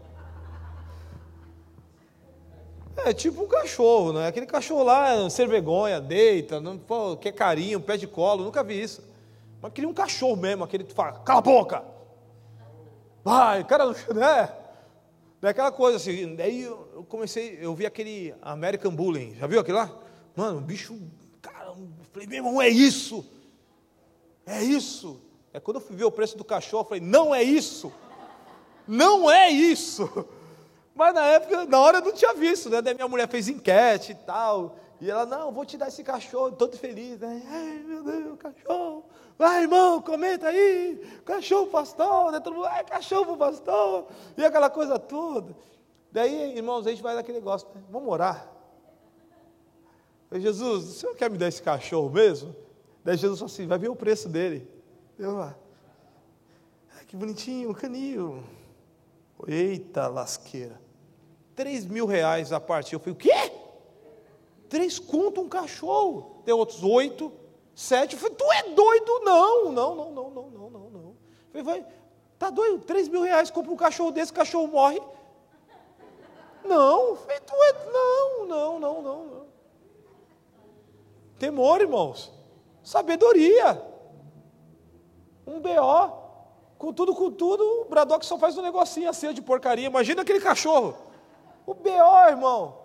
É tipo um cachorro, né? Aquele cachorro lá, sem vergonha, deita, não, pô, quer carinho, pé de colo, nunca vi isso. Mas queria um cachorro mesmo, aquele que tu fala: cala a boca! Vai, cara, né? É aquela coisa assim. Daí eu comecei, eu vi aquele American Bullying, já viu aquele lá? Mano, o bicho, cara, eu falei: meu irmão, é isso, é isso. É quando eu fui ver o preço do cachorro, eu falei: não é isso, não é isso. Mas na época, na hora eu não tinha visto, né? Daí minha mulher fez enquete e tal, e ela: não, vou te dar esse cachorro, todo feliz, né? Ai, meu Deus, cachorro. Vai, irmão, comenta aí, cachorro pastor, né? Todo mundo: ai, cachorro pastor, e aquela coisa toda. Daí, irmãos, a gente vai naquele negócio, né? Vamos orar. falei, Jesus, o senhor quer me dar esse cachorro mesmo? Daí Jesus falou assim, vai ver o preço dele. Eu lá, ah, que bonitinho, um canil. Eita lasqueira. Três mil reais a parte. Eu falei, o quê? Três conto um cachorro. Tem outros oito, sete. Eu falei, tu é doido? Não, não, não, não, não, não, não, não. Eu falei, vai, tá doido? Três mil reais, compra um cachorro desse, o cachorro morre. Não, eu falei, tu é, não, não, não, não, não. Temor, irmãos. Sabedoria. Um B O. Com tudo, com tudo, o Bradock só faz um negocinho assim de porcaria. Imagina aquele cachorro. O B O, irmão.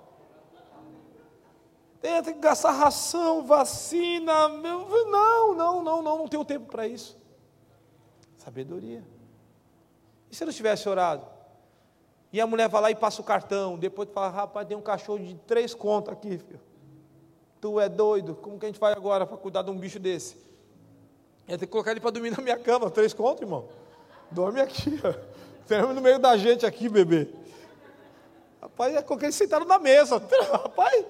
Tem, tem que gastar ração, vacina. Meu, não, não, não, não, não tenho tempo para isso. Sabedoria. E se eu não tivesse orado? E a mulher vai lá e passa o cartão. Depois fala, rapaz, tem um cachorro de três contas aqui, filho. Tu é doido? Como que a gente vai agora para cuidar de um bicho desse? Eu tenho que colocar ele para dormir na minha cama. Três contas, irmão. Dorme aqui, ó. Dorme no meio da gente aqui, bebê. Rapaz, é colocar ele sentado na mesa. Rapaz.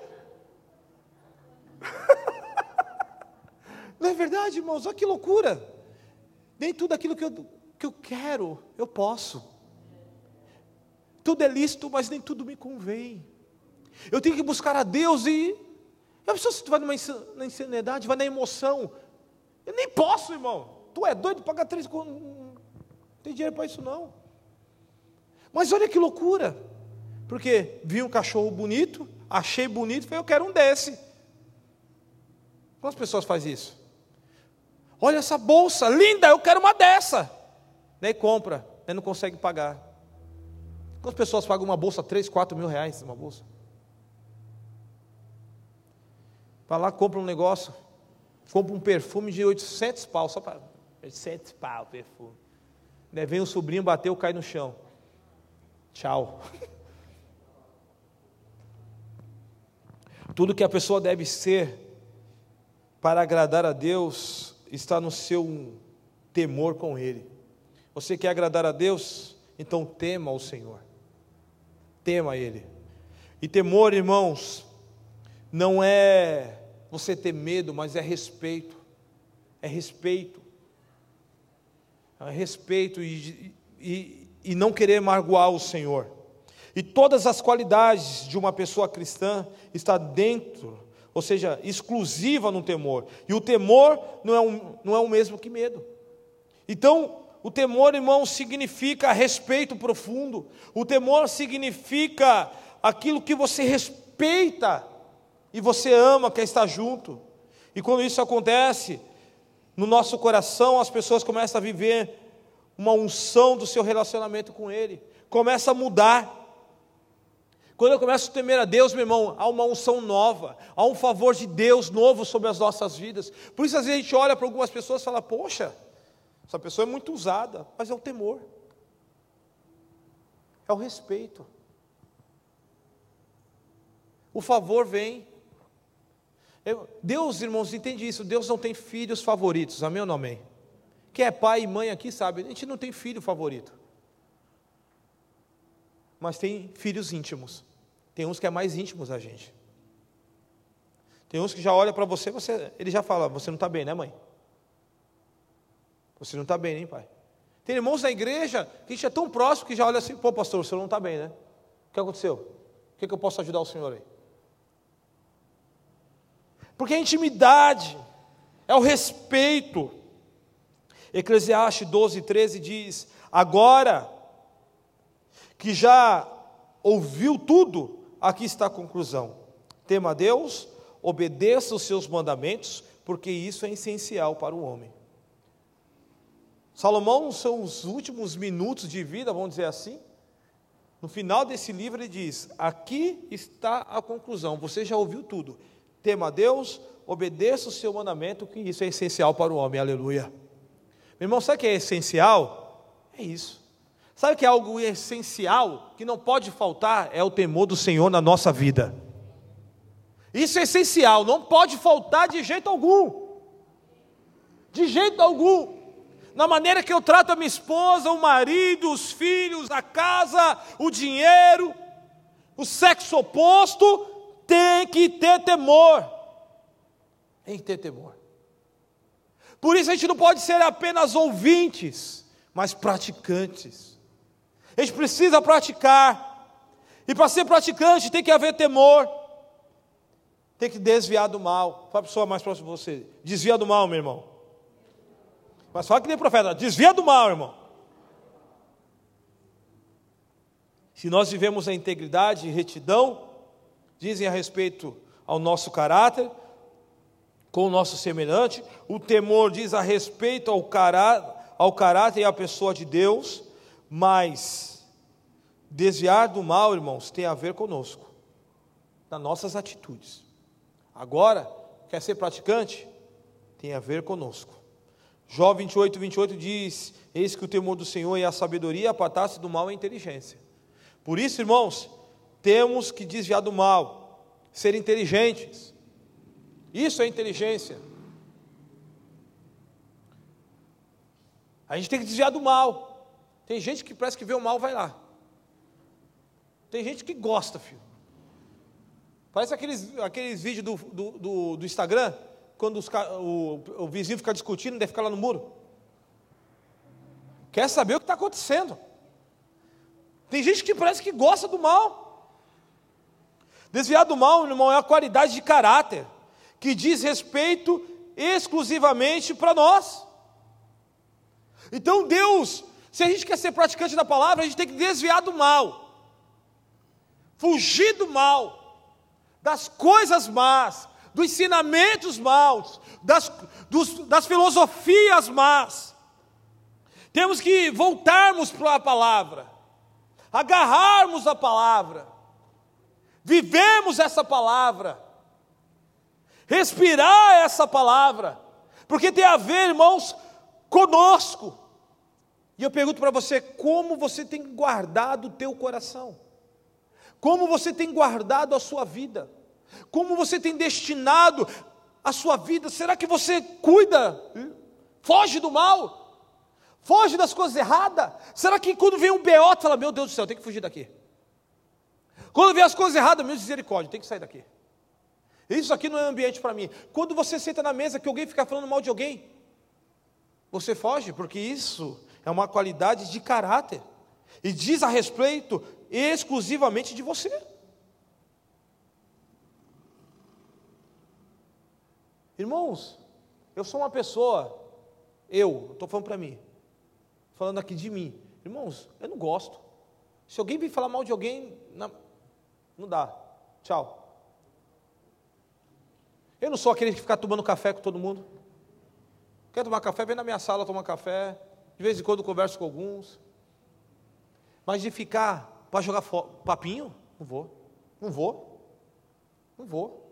Não é verdade, irmãos? Olha que loucura. Nem tudo aquilo que eu, que eu quero, eu posso. Tudo é lícito, mas nem tudo me convém. Eu tenho que buscar a Deus e... A pessoa, se tu vai numa na insanidade, vai na emoção. Eu nem posso, irmão. Tu é doido de pagar três... Não tem dinheiro para isso, não. Mas olha que loucura. Porque vi um cachorro bonito, achei bonito, falei, eu quero um desse. Quantas pessoas fazem isso? Olha essa bolsa, linda, eu quero uma dessa. Daí compra, daí não consegue pagar. Quantas pessoas pagam uma bolsa, três, quatro mil reais, uma bolsa? Vai lá, compra um negócio, compra um perfume de oitocentos pau, só para... oitocentos pau, perfume. Daí vem o sobrinho, bateu, cai no chão. Tchau. Tudo que a pessoa deve ser para agradar a Deus está no seu temor com Ele. Você quer agradar a Deus? Então tema o Senhor. Tema Ele. E temor, irmãos, não é você ter medo, mas é respeito. É respeito. É respeito e, e, e não querer magoar o Senhor. E todas as qualidades de uma pessoa cristã está dentro, ou seja, exclusiva no temor. E o temor não é, um, não é o mesmo que medo. Então, o temor, irmão, significa respeito profundo. O temor significa aquilo que você respeita e você ama, quer estar junto. E quando isso acontece, no nosso coração, as pessoas começam a viver uma unção do seu relacionamento com Ele. Começa a mudar. Quando eu começo a temer a Deus, meu irmão, há uma unção nova, há um favor de Deus novo sobre as nossas vidas. Por isso às vezes a gente olha para algumas pessoas e fala, poxa, essa pessoa é muito usada, mas é o temor, é o respeito. O favor vem. Eu, Deus, irmãos, entende isso, Deus não tem filhos favoritos, amém ou não amém? Quem é pai e mãe aqui sabe, a gente não tem filho favorito. Mas tem filhos íntimos. Tem uns que é mais íntimos a gente. Tem uns que já olha para você, você, ele já fala, você não está bem, né, mãe? Você não está bem, hein, pai? Tem irmãos na igreja que a gente é tão próximo que já olha assim, pô, pastor, o senhor não está bem, né? O que aconteceu? O que, que eu posso ajudar o senhor aí? Porque a intimidade é o respeito. Eclesiastes doze, treze diz, agora que já ouviu tudo, aqui está a conclusão. Tema a Deus, obedeça os seus mandamentos, porque isso é essencial para o homem. Salomão, são os últimos minutos de vida, vamos dizer assim. No final desse livro ele diz, aqui está a conclusão, você já ouviu tudo. Tema a Deus, obedeça o seu mandamento, que isso é essencial para o homem, aleluia. Meu irmão, sabe o que é essencial? É isso. Sabe que é algo essencial, que não pode faltar, é o temor do Senhor na nossa vida. Isso é essencial, não pode faltar de jeito algum. De jeito algum. Na maneira que eu trato a minha esposa, o marido, os filhos, a casa, o dinheiro, o sexo oposto, tem que ter temor. Tem que ter temor. Por isso a gente não pode ser apenas ouvintes, mas praticantes. A gente precisa praticar. E para ser praticante tem que haver temor. Tem que desviar do mal. Fala para a pessoa mais próxima de você. Desvia do mal, meu irmão. Mas fala que nem profeta. Desvia do mal, irmão. Se nós vivemos a integridade e retidão, dizem a respeito ao nosso caráter, com o nosso semelhante. O temor diz a respeito ao caráter, ao caráter e à pessoa de Deus. Mas desviar do mal, irmãos, tem a ver conosco, nas nossas atitudes. Agora, quer ser praticante? Tem a ver conosco. Jó vinte e oito, vinte e oito diz: eis que o temor do Senhor e a sabedoria, apartar-se do mal é a inteligência. Por isso, irmãos, temos que desviar do mal, ser inteligentes. Isso é inteligência. A gente tem que desviar do mal. Tem gente que parece que vê o mal, vai lá. Tem gente que gosta, filho. Parece aqueles, aqueles vídeos do, do, do, do Instagram, quando os, o, o vizinho fica discutindo, deve ficar lá no muro. Quer saber o que está acontecendo. Tem gente que parece que gosta do mal. Desviar do mal, irmão, é uma qualidade de caráter, que diz respeito exclusivamente para nós. Então Deus, se a gente quer ser praticante da palavra, a gente tem que desviar do mal. Fugir do mal, das coisas más, dos ensinamentos maus, das, dos, das filosofias más. Temos que voltarmos para a palavra, agarrarmos a palavra, vivemos essa palavra, respirar essa palavra, porque tem a ver, irmãos, conosco. E eu pergunto para você, como você tem guardado o teu coração? Como você tem guardado a sua vida? Como você tem destinado a sua vida? Será que você cuida? Foge do mal? Foge das coisas erradas? Será que quando vem um B O, tu fala, meu Deus do céu, tem que fugir daqui? Quando vem as coisas erradas, meu misericórdia, tem que sair daqui. Isso aqui não é ambiente para mim. Quando você senta na mesa que alguém fica falando mal de alguém, você foge, porque isso é uma qualidade de caráter. E diz a respeito exclusivamente de você. Irmãos, eu sou uma pessoa, eu, estou falando para mim, falando aqui de mim. Irmãos, eu não gosto. Se alguém vir falar mal de alguém, não, não dá. Tchau. Eu não sou aquele que fica tomando café com todo mundo. Quer tomar café? Vem na minha sala tomar café. De vez em quando converso com alguns. Mas de ficar para jogar papinho, não vou. Não vou. Não vou.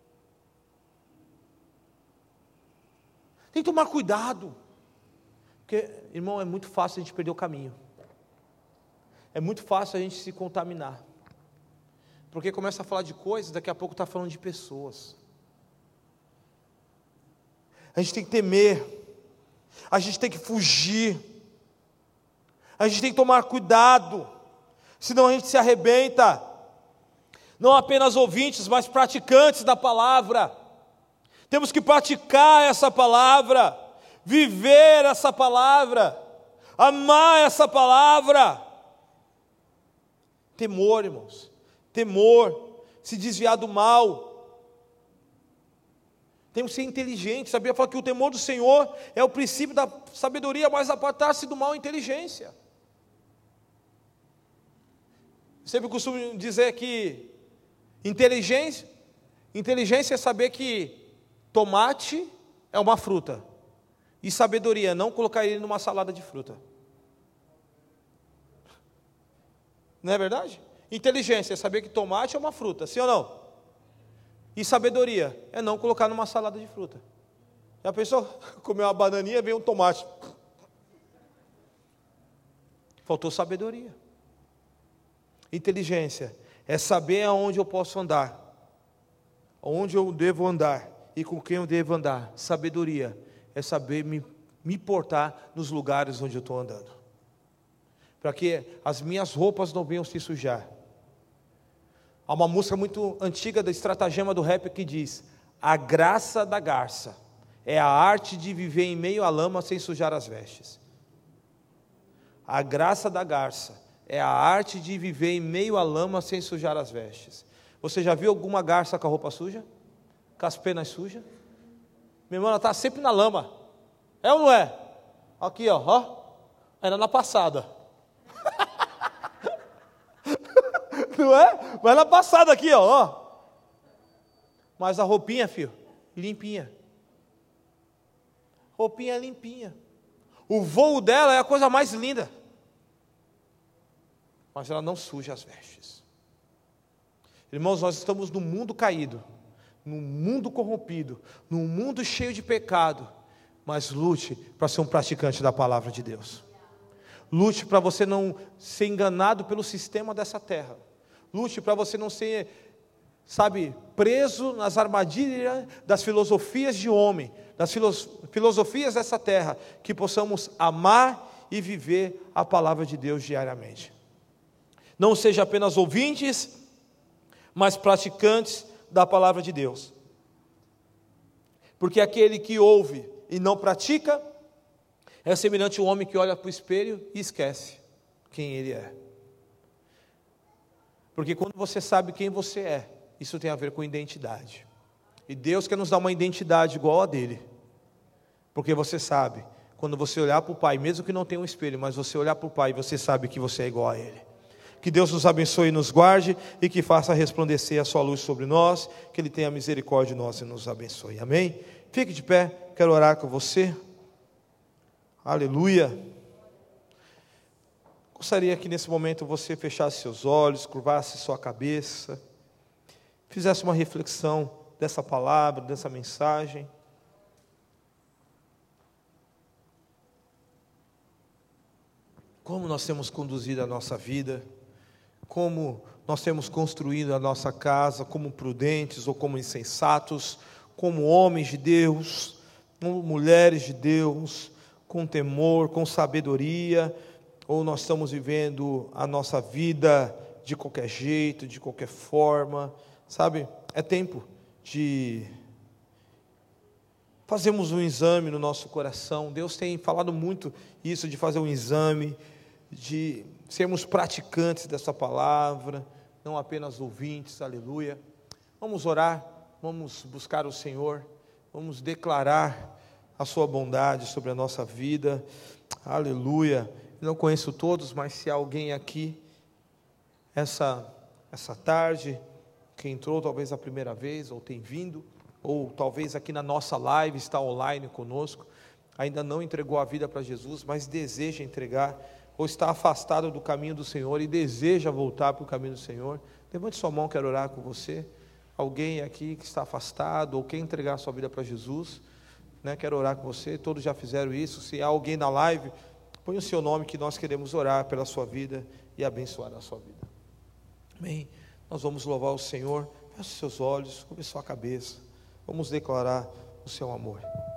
Tem que tomar cuidado. Porque, irmão, é muito fácil a gente perder o caminho. É muito fácil a gente se contaminar. Porque começa a falar de coisas, daqui a pouco está falando de pessoas. A gente tem que temer. A gente tem que fugir. A gente tem que tomar cuidado. Senão a gente se arrebenta. Não apenas ouvintes, mas praticantes da palavra. Temos que praticar essa palavra, viver essa palavra, amar essa palavra. Temor, irmãos, temor, se desviar do mal. Temos que ser inteligentes, sabia? Falar que o temor do Senhor é o princípio da sabedoria, mas apartar-se do mal é inteligência. Eu sempre costumo dizer que inteligência, inteligência é saber que tomate é uma fruta, e sabedoria é não colocar ele numa salada de fruta. Não é verdade? Inteligência é saber que tomate é uma fruta, sim ou não? E sabedoria é não colocar numa salada de fruta. Já pensou? Comer uma bananinha, vem um tomate. Faltou sabedoria. Inteligência é saber aonde eu posso andar, aonde eu devo andar e com quem eu devo andar. Sabedoria é saber me, me portar nos lugares onde eu estou andando, para que as minhas roupas não venham se sujar. Há uma música muito antiga da estratagema do rap que diz: A graça da garça é a arte de viver em meio à lama sem sujar as vestes. A graça da garça é a arte de viver em meio à lama sem sujar as vestes. Você já viu alguma garça com a roupa suja? Com as penas sujas? Minha irmã, ela está sempre na lama. É ou não é? Aqui, ó, ó. Era na passada. Não é? Vai na passada aqui, ó, ó. Mas a roupinha, filho, limpinha. Roupinha limpinha. O voo dela é a coisa mais linda. Mas ela não suja as vestes. Irmãos, nós estamos num mundo caído, num mundo corrompido, num mundo cheio de pecado. Mas lute para ser um praticante da palavra de Deus. Lute para você não ser enganado pelo sistema dessa terra. Lute para você não ser, sabe, preso nas armadilhas das filosofias de homem, das filosofias dessa terra, que possamos amar e viver a palavra de Deus diariamente. Não seja apenas ouvintes, mas praticantes da palavra de Deus. Porque aquele que ouve e não pratica, é semelhante ao homem que olha para o espelho e esquece quem ele é. Porque quando você sabe quem você é, isso tem a ver com identidade. E Deus quer nos dar uma identidade igual a dele. Porque você sabe, quando você olhar para o Pai, mesmo que não tenha um espelho, mas você olhar para o Pai, você sabe que você é igual a Ele. Que Deus nos abençoe e nos guarde, e que faça resplandecer a sua luz sobre nós, que Ele tenha misericórdia de nós e nos abençoe. Amém? Fique de pé, quero orar com você. Aleluia. Gostaria que nesse momento você fechasse seus olhos, curvasse sua cabeça, fizesse uma reflexão dessa palavra, dessa mensagem. Como nós temos conduzido a nossa vida, como nós temos construído a nossa casa, como prudentes ou como insensatos, como homens de Deus, como mulheres de Deus, com temor, com sabedoria, ou nós estamos vivendo a nossa vida de qualquer jeito, de qualquer forma, sabe? É tempo de fazermos um exame no nosso coração. Deus tem falado muito isso, de fazer um exame, de sermos praticantes dessa palavra, não apenas ouvintes, aleluia. Vamos orar, vamos buscar o Senhor, vamos declarar a sua bondade sobre a nossa vida, aleluia. Não conheço todos, mas se há alguém aqui, essa, essa tarde, que entrou talvez a primeira vez, ou tem vindo, ou talvez aqui na nossa live, está online conosco, ainda não entregou a vida para Jesus, mas deseja entregar, ou está afastado do caminho do Senhor e deseja voltar para o caminho do Senhor, levante sua mão, quero orar com você. Alguém aqui que está afastado, ou quer entregar a sua vida para Jesus, né? Quero orar com você, todos já fizeram isso. Se há alguém na live, põe o seu nome, que nós queremos orar pela sua vida e abençoar a sua vida. Amém? Nós vamos louvar o Senhor. Feche seus olhos, curve sua cabeça. Vamos declarar o seu amor.